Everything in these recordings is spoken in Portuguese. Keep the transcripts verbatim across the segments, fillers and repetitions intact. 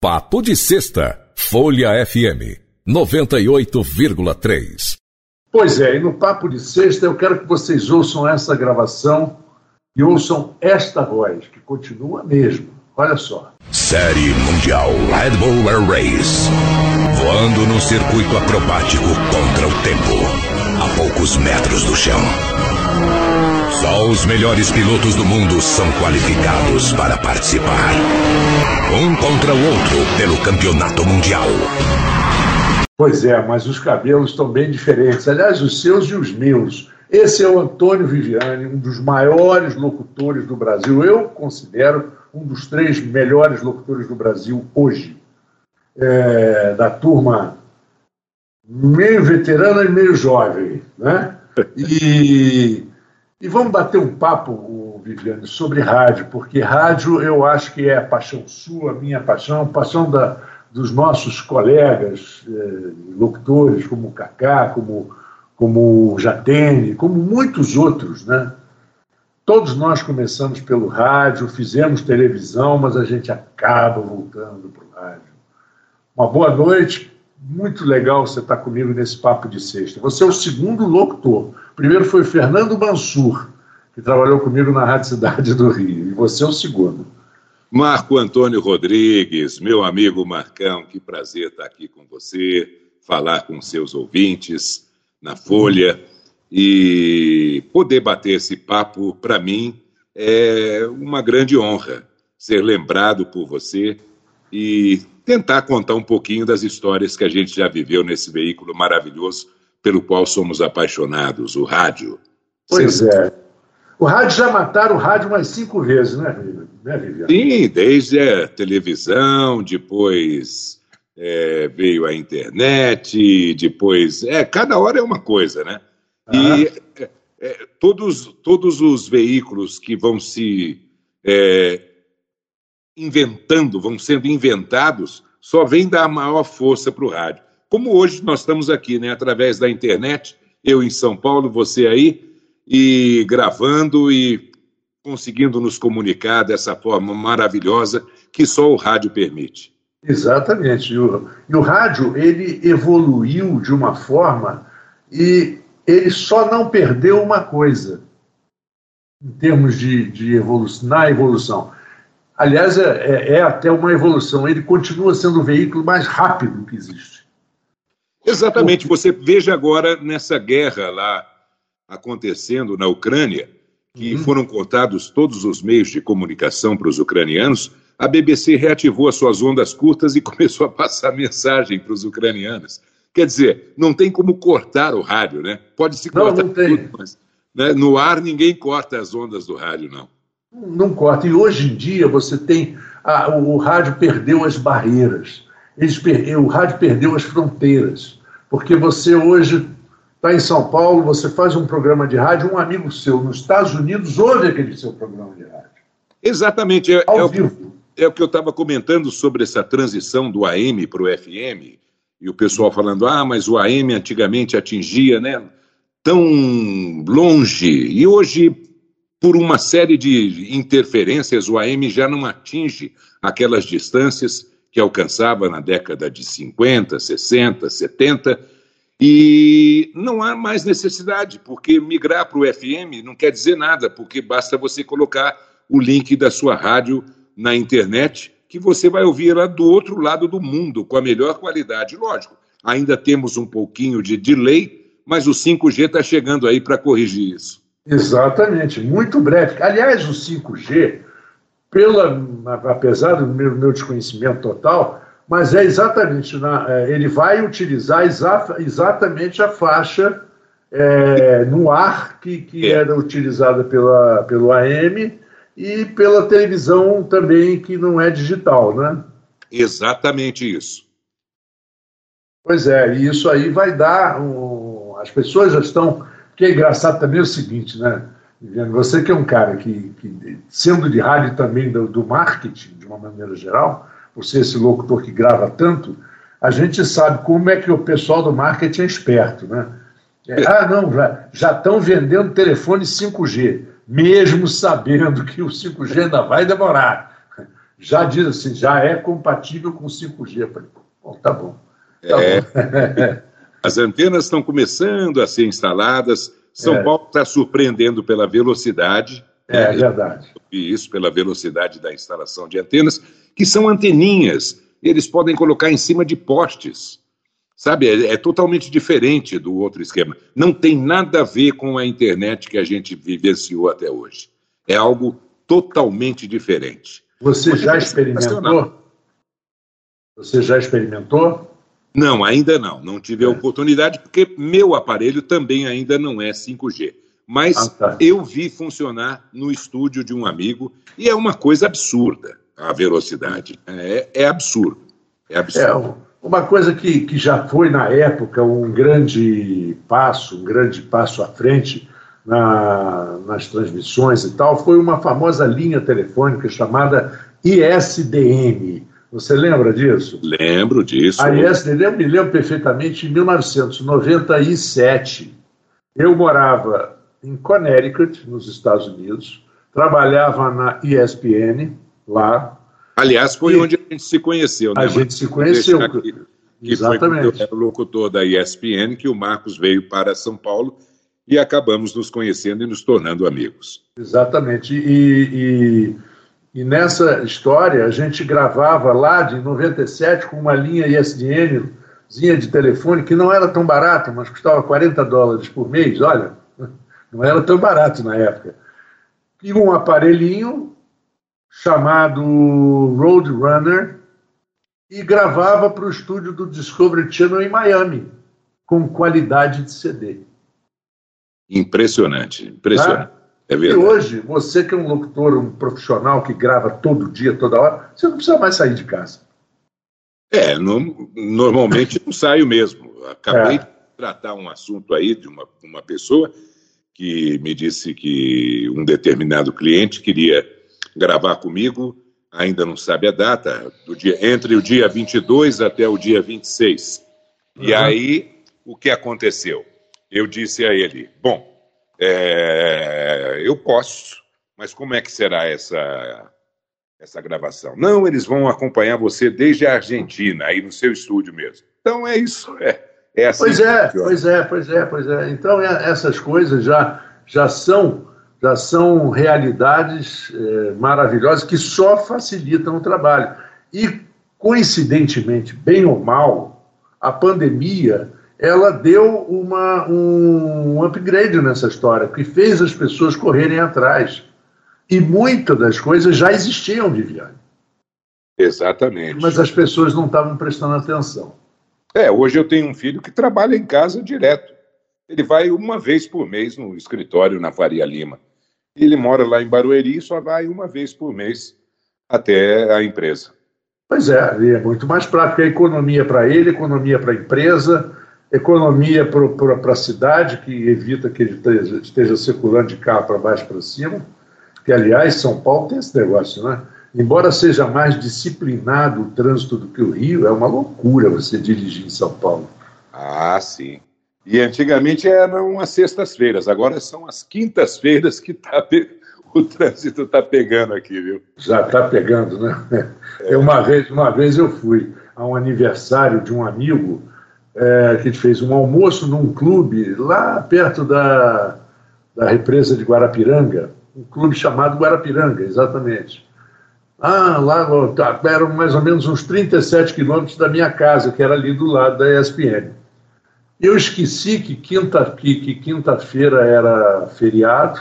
Papo de Sexta, Folha F M, noventa e oito vírgula três. Pois é, e no Papo de Sexta eu quero que vocês ouçam essa gravação e ouçam esta voz, que continua mesmo. Olha só. Série Mundial Red Bull Air Race. Voando num circuito acrobático contra o tempo, a poucos metros do chão. Só os melhores pilotos do mundo são qualificados para participar. Um contra o outro pelo campeonato mundial. Pois é, mas os cabelos estão bem diferentes. Aliás, os seus e os meus. Esse é o Antônio Viviani, um dos maiores locutores do Brasil. Eu considero um dos três melhores locutores do Brasil hoje. É, da turma meio veterana e meio jovem, né? E, e vamos bater um papo, Viviane, sobre rádio, porque rádio eu acho que é a paixão sua, minha paixão, paixão da, dos nossos colegas é, locutores, como o Cacá, como, como o Jatene, como muitos outros, né? Todos nós começamos pelo rádio, fizemos televisão, mas a gente acaba voltando para o rádio. Uma boa noite, muito legal você estar comigo nesse Papo de Sexta. Você é o segundo locutor. O primeiro foi o Fernando Mansur, que trabalhou comigo na Rádio Cidade do Rio, e você é o segundo. Marco Antônio Rodrigues, meu amigo Marcão, que prazer estar aqui com você, falar com seus ouvintes na Folha, e poder bater esse papo, para mim, é uma grande honra ser lembrado por você e tentar contar um pouquinho das histórias que a gente já viveu nesse veículo maravilhoso pelo qual somos apaixonados, o rádio. Pois Você... é. O rádio já mataram o rádio umas cinco vezes, né, Viviane? Sim, desde a televisão, depois é, veio a internet, depois... É, cada hora é uma coisa, né? Ah. E é, é, todos, todos os veículos que vão se... É, inventando, vão sendo inventados, só vem dar maior força para o rádio. Como hoje nós estamos aqui, né, através da internet, eu em São Paulo, você aí, e gravando e conseguindo nos comunicar dessa forma maravilhosa que só o rádio permite. Exatamente. E o, e o rádio, ele evoluiu de uma forma e ele só não perdeu uma coisa, em termos de, de evolução, na evolução. Aliás, é, é, é até uma evolução. Ele continua sendo o veículo mais rápido que existe. Exatamente. Você veja agora nessa guerra lá acontecendo na Ucrânia, que uhum. foram cortados todos os meios de comunicação para os ucranianos, a B B C reativou as suas ondas curtas e começou a passar mensagem para os ucranianos. Quer dizer, não tem como cortar o rádio, né? Pode-se cortar não, não tem. tudo, mas né, no ar ninguém corta as ondas do rádio, não. Não corta. E hoje em dia você tem... A, o, o rádio perdeu as barreiras. Eles per, o rádio perdeu as fronteiras. Porque você hoje está em São Paulo, você faz um programa de rádio, um amigo seu nos Estados Unidos ouve aquele seu programa de rádio. Exatamente. É, Ao é, vivo. O, é o que eu estava comentando sobre essa transição do A M para o F M, e o pessoal falando, ah, mas o A M antigamente atingia, né, tão longe, e hoje... Por uma série de interferências, o A M já não atinge aquelas distâncias que alcançava na década de cinquenta, sessenta, setenta, e não há mais necessidade, porque migrar para o F M não quer dizer nada, porque basta você colocar o link da sua rádio na internet, que você vai ouvir lá do outro lado do mundo, com a melhor qualidade. Lógico, ainda temos um pouquinho de delay, mas o cinco G está chegando aí para corrigir isso. Exatamente, muito breve. Aliás, o cinco G, pela, apesar do meu, meu desconhecimento total, mas é exatamente, na, ele vai utilizar exa, exatamente a faixa é, no ar que, que é. era utilizada pela, pelo A M e pela televisão também, que não é digital, né? Exatamente isso. Pois é, e isso aí vai dar... Um, as pessoas já estão... Porque é engraçado também o seguinte, né, Viviane? Você que é um cara que, que sendo de rádio também do, do marketing, de uma maneira geral, por ser esse locutor que grava tanto, a gente sabe como é que o pessoal do marketing é esperto, né? É, ah, não, já estão vendendo telefone cinco G, mesmo sabendo que o cinco G ainda vai demorar. já diz assim, já é compatível com cinco G. Eu falei, bom, tá bom. Tá é, bom. As antenas estão começando a ser instaladas. São é. Paulo está surpreendendo pela velocidade. É, né? é verdade. E isso pela velocidade da instalação de antenas, que são anteninhas. Eles podem colocar em cima de postes. Sabe, é, é totalmente diferente do outro esquema. Não tem nada a ver com a internet que a gente vivenciou até hoje. É algo totalmente diferente. Você Mas já experimentou? Você já experimentou? Não, ainda não. Não tive é. a oportunidade, porque meu aparelho também ainda não é cinco G. Mas ah, tá. eu vi funcionar no estúdio de um amigo e é uma coisa absurda a velocidade. É, é absurdo. É absurdo. É, uma coisa que, que já foi, na época, um grande passo, um grande passo à frente na, nas transmissões e tal, foi uma famosa linha telefônica chamada I S D M. Você lembra disso? Lembro disso. A I S D M, eu me lembro perfeitamente, em mil novecentos e noventa e sete. Eu morava em Connecticut, nos Estados Unidos, trabalhava na E S P N, lá. Aliás, foi e onde a gente se conheceu, né? A gente se conheceu. Que, que Exatamente. Foi quando eu era locutor da E S P N, que o Marcos veio para São Paulo e acabamos nos conhecendo e nos tornando amigos. Exatamente. E, e, e nessa história, a gente gravava lá de noventa e sete com uma linha I S D N-zinha de telefone, que não era tão barata, mas custava quarenta dólares por mês. Olha, não era tão barato na época. E um aparelhinho chamado Roadrunner, e gravava para o estúdio do Discovery Channel em Miami, com qualidade de C D. Impressionante, impressionante. Ah, é verdade. E hoje, você que é um locutor, um profissional que grava todo dia, toda hora, você não precisa mais sair de casa. É, no, normalmente não saio mesmo. Acabei é. de tratar um assunto aí de uma, uma pessoa que me disse que um determinado cliente queria gravar comigo, ainda não sabe a data, do dia, entre o dia vinte e dois até o dia vinte e seis. Uhum. E aí, o que aconteceu? Eu disse a ele, bom, é, eu posso, mas como é que será essa, essa gravação? Não, eles vão acompanhar você desde a Argentina, aí no seu estúdio mesmo. Então é isso, é, é assim. Pois é, pois é, pois é, pois é. Então é, essas coisas já, já são... já são realidades é, maravilhosas que só facilitam o trabalho. E, coincidentemente, bem ou mal, a pandemia ela deu uma, um upgrade nessa história, que fez as pessoas correrem atrás. E muitas das coisas já existiam, Viviane. Exatamente. Mas as pessoas não estavam prestando atenção. É, hoje eu tenho um filho que trabalha em casa direto. Ele vai uma vez por mês no escritório na Faria Lima. Ele mora lá em Barueri e só vai uma vez por mês até a empresa. Pois é, é muito mais prático. É economia para ele, economia para a empresa, economia para a cidade, que evita que ele esteja, esteja circulando de carro para baixo e para cima. Que, aliás, São Paulo tem esse negócio, né? Embora seja mais disciplinado o trânsito do que o Rio, é uma loucura você dirigir em São Paulo. Ah, sim. E antigamente eram as sextas-feiras, agora são as quintas-feiras que tá pe... o trânsito está pegando aqui, viu? Já está pegando, né? É. Uma, vez, uma vez eu fui a um aniversário de um amigo é, que fez um almoço num clube lá perto da, da represa de Guarapiranga, um clube chamado Guarapiranga, exatamente. Ah, lá eram mais ou menos uns trinta e sete quilômetros da minha casa, que era ali do lado da E S P N. Eu esqueci que, quinta, que, que quinta-feira era feriado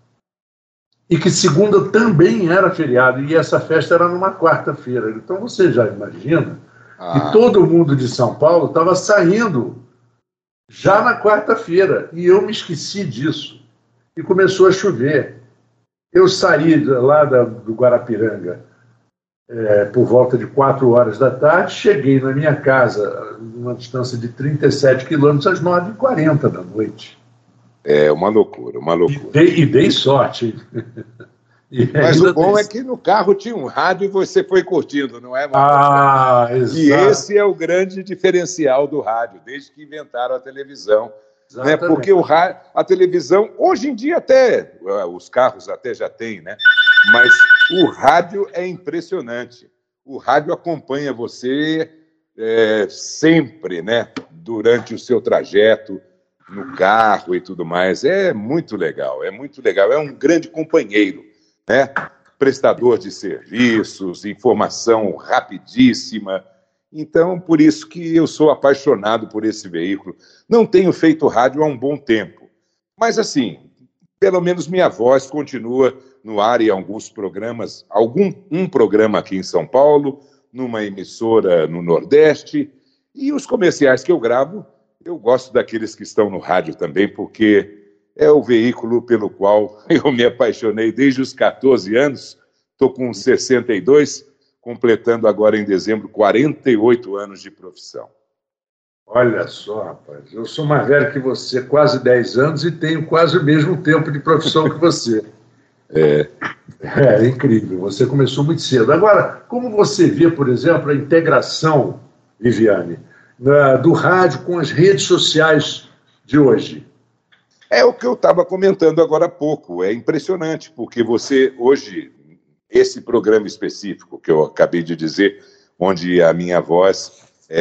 e que segunda também era feriado, e essa festa era numa quarta-feira. Então você já imagina ah. que todo mundo de São Paulo estava saindo já na quarta-feira, e eu me esqueci disso. E começou a chover. Eu saí lá da, do Guarapiranga é, por volta de quatro horas da tarde, cheguei na minha casa, numa distância de trinta e sete quilômetros, às nove e quarenta da noite. É uma loucura, uma loucura. E dei, e dei sorte. E mas o bom dei... é que no carro tinha um rádio e você foi curtindo, não é? Ah, exato. E esse é o grande diferencial do rádio, desde que inventaram a televisão. Né? Porque o rádio, a televisão, hoje em dia até, os carros até já têm, né? Mas o rádio é impressionante. O rádio acompanha você é, sempre, né? Durante o seu trajeto, no carro e tudo mais. É muito legal, é muito legal. É um grande companheiro, né? Prestador de serviços, informação rapidíssima. Então, por isso que eu sou apaixonado por esse veículo. Não tenho feito rádio há um bom tempo. Mas, assim, pelo menos minha voz continua no ar em alguns programas, algum um programa aqui em São Paulo, numa emissora no Nordeste, e os comerciais que eu gravo, eu gosto daqueles que estão no rádio também, porque é o veículo pelo qual eu me apaixonei desde os catorze anos, estou com sessenta e dois, completando agora em dezembro quarenta e oito anos de profissão. Olha só, rapaz, eu sou mais velho que você, quase dez anos, e tenho quase o mesmo tempo de profissão que você. É. É, é incrível, você começou muito cedo. Agora, como você vê, por exemplo, a integração, Viviane, na, do rádio com as redes sociais de hoje? É o que eu estava comentando agora há pouco, é impressionante, porque você, hoje, esse programa específico que eu acabei de dizer, onde a minha voz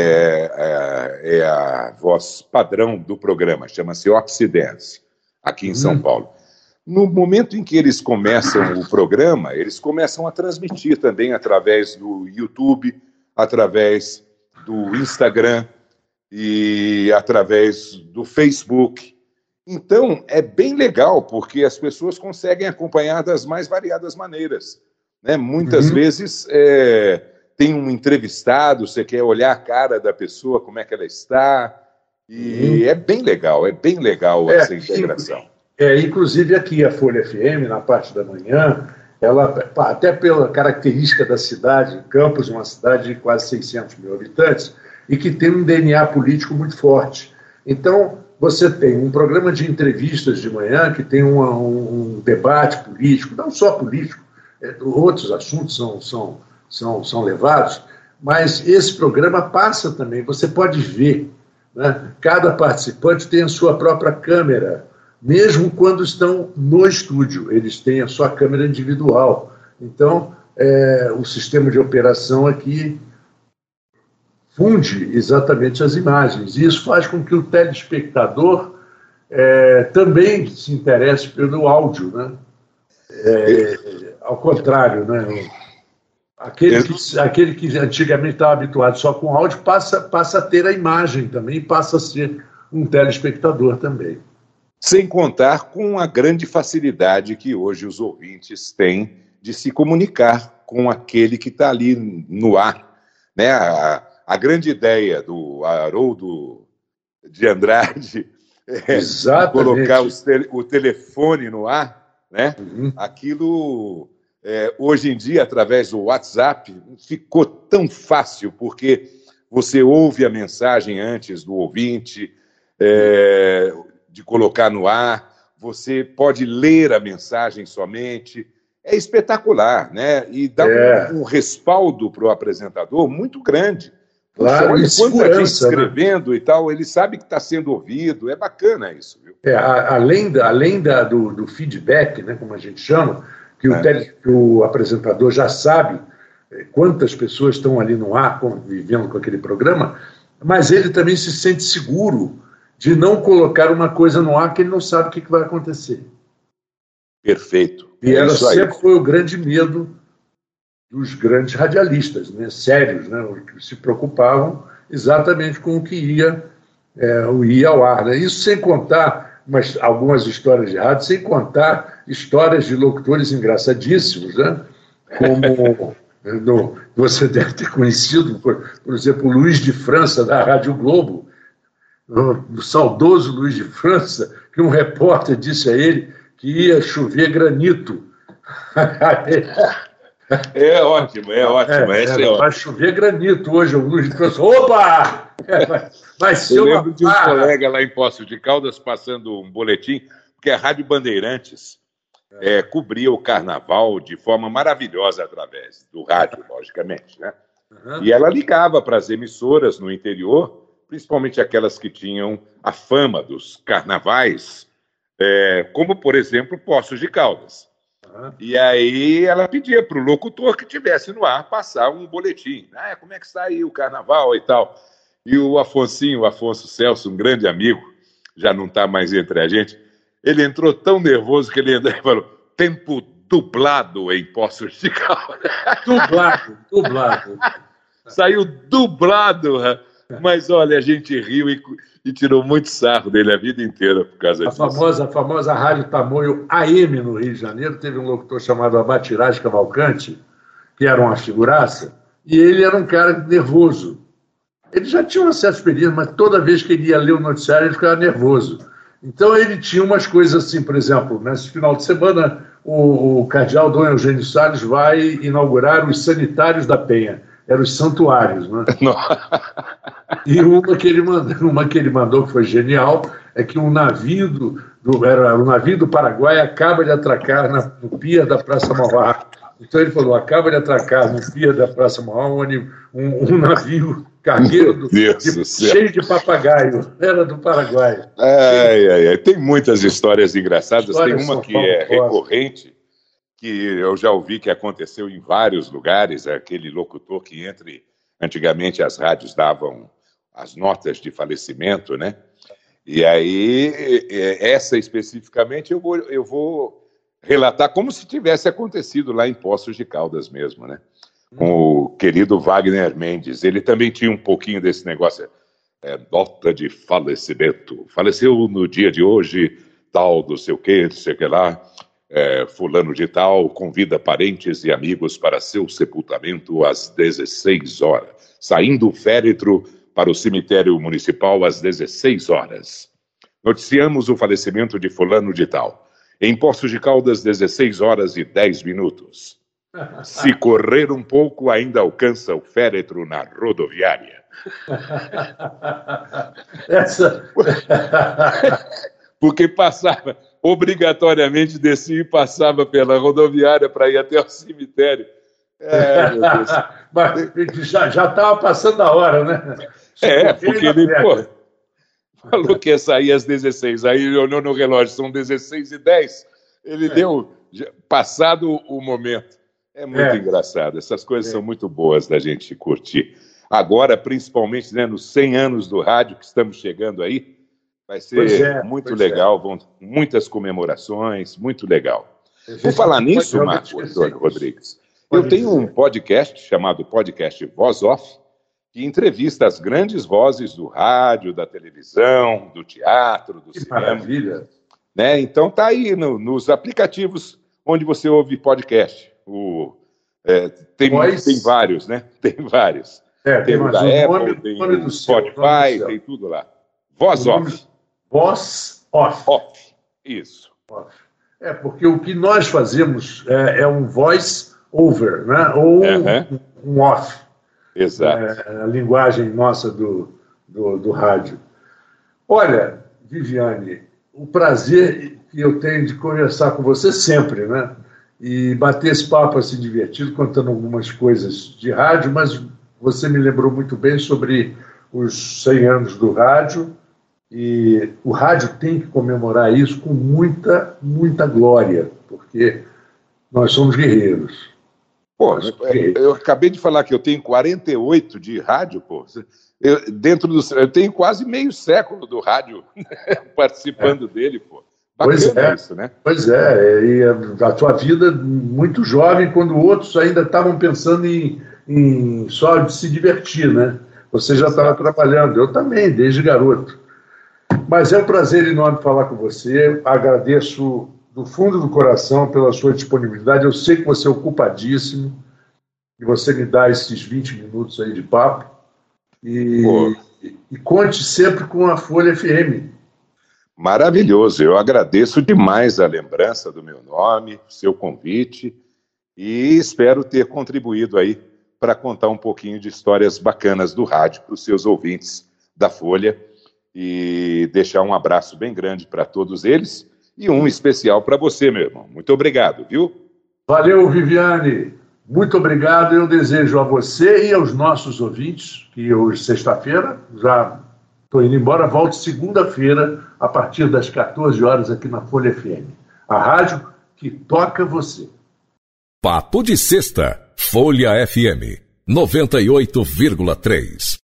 é, é, é a voz padrão do programa, chama-se Oxidance, aqui em hum. São Paulo. No momento em que eles começam o programa, eles começam a transmitir também através do YouTube, através do Instagram e através do Facebook. Então, é bem legal, porque as pessoas conseguem acompanhar das mais variadas maneiras, né? Muitas uhum. vezes é, tem um entrevistado, você quer olhar a cara da pessoa, como é que ela está, e uhum. é bem legal, é bem legal é, essa integração. É, inclusive aqui a Folha F M, na parte da manhã, ela, até pela característica da cidade, Campos é uma cidade de quase seiscentos mil habitantes, e que tem um D N A político muito forte. Então, você tem um programa de entrevistas de manhã que tem uma, um, um debate político, não só político, é, outros assuntos são, são, são, são levados, mas esse programa passa também, você pode ver, né? Cada participante tem a sua própria câmera, mesmo quando estão no estúdio, eles têm a sua câmera individual. Então, é, o sistema de operação aqui funde exatamente as imagens. E isso faz com que o telespectador é, também se interesse pelo áudio, né? É, ao contrário, né? Aquele que, aquele que antigamente estava habituado só com áudio passa, passa a ter a imagem também, passa a ser um telespectador também. Sem contar com a grande facilidade que hoje os ouvintes têm de se comunicar com aquele que está ali no ar, né? A, a grande ideia do Haroldo de Andrade é colocar os te, o telefone no ar, né? Uhum. Aquilo, é, hoje em dia, através do WhatsApp, ficou tão fácil, porque você ouve a mensagem antes do ouvinte, é, de colocar no ar, você pode ler a mensagem somente. É espetacular, né? E dá é. um, um respaldo para o apresentador muito grande. Claro, olha quanta gente escrevendo, né? E tal, ele sabe que está sendo ouvido, é bacana isso, viu? É, a, além da, além da, do, do feedback, né, como a gente chama, que, é. o, tele, que o apresentador já sabe quantas pessoas estão ali no ar convivendo com aquele programa, mas ele também se sente seguro de não colocar uma coisa no ar que ele não sabe o que, que vai acontecer. Perfeito. E é ela sempre foi o grande medo dos grandes radialistas, né, sérios, né, que se preocupavam exatamente com o que ia, é, o ia ao ar. Né? Isso sem contar umas, algumas histórias de rádio, sem contar histórias de locutores engraçadíssimos, né, como no, você deve ter conhecido, por, por exemplo, o Luiz de França, da Rádio Globo, o saudoso Luiz de França, que um repórter disse a ele que ia chover granito. É ótimo, é ótimo. É, é, é vai chover granito hoje, o Luiz de França. Opa! É, vai, vai ser Eu uma lembro de um barra. colega lá em Poços de Caldas passando um boletim, porque a Rádio Bandeirantes é. É, cobria o carnaval de forma maravilhosa através do rádio, logicamente, né? Uhum. E ela ligava para as emissoras no interior, principalmente aquelas que tinham a fama dos carnavais, é, como, por exemplo, Poços de Caldas. Uhum. E aí ela pedia para o locutor que tivesse no ar passar um boletim. Ah, como é que está aí o carnaval e tal. E o Afonsinho, o Afonso Celso, um grande amigo, já não está mais entre a gente, ele entrou tão nervoso que ele falou, tempo dublado em Poços de Caldas. Dublado, dublado. Saiu dublado, mas olha, a gente riu e, e tirou muito sarro dele a vida inteira por causa a disso. Famosa, a famosa Rádio Tamoio A M no Rio de Janeiro, teve um locutor chamado Abatirás Cavalcante, que era uma figuraça, e ele era um cara nervoso. Ele já tinha uma certa experiência, mas toda vez que ele ia ler o noticiário, ele ficava nervoso. Então ele tinha umas coisas assim, por exemplo, nesse final de semana, o, o cardeal Dom Eugênio Salles vai inaugurar os sanitários da Penha. Eram os santuários, né? E uma que, ele mandou, uma que ele mandou, que foi genial, é que um navio do, do, era, um navio do Paraguai acaba de atracar na, no pier da Praça Mauá. Então ele falou, acaba de atracar no pier da Praça Mauá um, um navio cargueiro do, de, cheio de papagaio. Era do Paraguai. Ai, ai, ai. Tem muitas histórias engraçadas. Histórias Tem uma que é recorrente, que eu já ouvi que aconteceu em vários lugares, é aquele locutor que entre... Antigamente as rádios davam as notas de falecimento, né? E aí, essa especificamente, eu vou, eu vou relatar como se tivesse acontecido lá em Poços de Caldas mesmo, né? Com o querido Wagner Mendes. Ele também tinha um pouquinho desse negócio, é, nota de falecimento. Faleceu no dia de hoje, tal, do sei o quê, não sei o que lá... É, fulano de tal convida parentes e amigos para seu sepultamento às dezesseis horas, saindo o féretro para o cemitério municipal às dezesseis horas. Noticiamos o falecimento de fulano de tal. Em Poços de Caldas, dezesseis horas e dez minutos. Se correr um pouco, ainda alcança o féretro na rodoviária. Essa... Porque passava... obrigatoriamente descia e passava pela rodoviária para ir até o cemitério. É, meu Deus. Mas já estava passando a hora, né? É, porque ele pô, falou que ia sair às dezesseis, aí ele olhou no relógio, são dezesseis e dez, ele é. deu passado o momento. É muito é. engraçado, essas coisas é. são muito boas da gente curtir. Agora, principalmente, né, nos cem anos do rádio que estamos chegando aí, vai ser é, muito legal, é. vão muitas comemorações, muito legal. Por falar nisso, Marcos Rodrigues, eu tenho um podcast chamado Podcast Voz Off, que entrevista as grandes vozes do rádio, da televisão, do teatro, do que cinema. Maravilha! Né? Então tá aí no, nos aplicativos onde você ouve podcast. O, é, tem, tem vários, né? Tem vários. É, tem, tem o da Apple, nome, tem nome o Spotify, tem tudo lá. Voz Off. Voz off. Off, isso. Off. É, porque o que nós fazemos é, é um voice over, né? Ou uh-huh. um, um off. Exato. É, a linguagem nossa do, do, do rádio. Olha, Viviane, o prazer que eu tenho de conversar com você sempre, né? E bater esse papo assim divertido, contando algumas coisas de rádio, mas você me lembrou muito bem sobre os cem anos do rádio. E o rádio tem que comemorar isso com muita, muita glória, porque nós somos guerreiros. Pô, eu, eu acabei de falar que eu tenho quarenta e oito de rádio, pô. Eu, dentro do, eu tenho quase meio século do rádio participando é. dele, pô. Bacana pois é, isso, né? Pois é, e a, a tua vida muito jovem, quando outros ainda estavam pensando em, em só se divertir, né? Você já estava trabalhando, eu também, desde garoto. Mas é um prazer enorme falar com você, agradeço do fundo do coração pela sua disponibilidade, eu sei que você é ocupadíssimo, e você me dá esses vinte minutos aí de papo, e, e, e conte sempre com a Folha F M. Maravilhoso, eu agradeço demais a lembrança do meu nome, seu convite, e espero ter contribuído aí para contar um pouquinho de histórias bacanas do rádio para os seus ouvintes da Folha, e deixar um abraço bem grande para todos eles e um especial para você, meu irmão. Muito obrigado, viu? Valeu, Viviane. Muito obrigado. Eu desejo a você e aos nossos ouvintes, que hoje, sexta-feira, já estou indo embora, volto segunda-feira, a partir das quatorze horas aqui na Folha F M. A rádio que toca você. Papo de Sexta, Folha F M, noventa e oito vírgula três.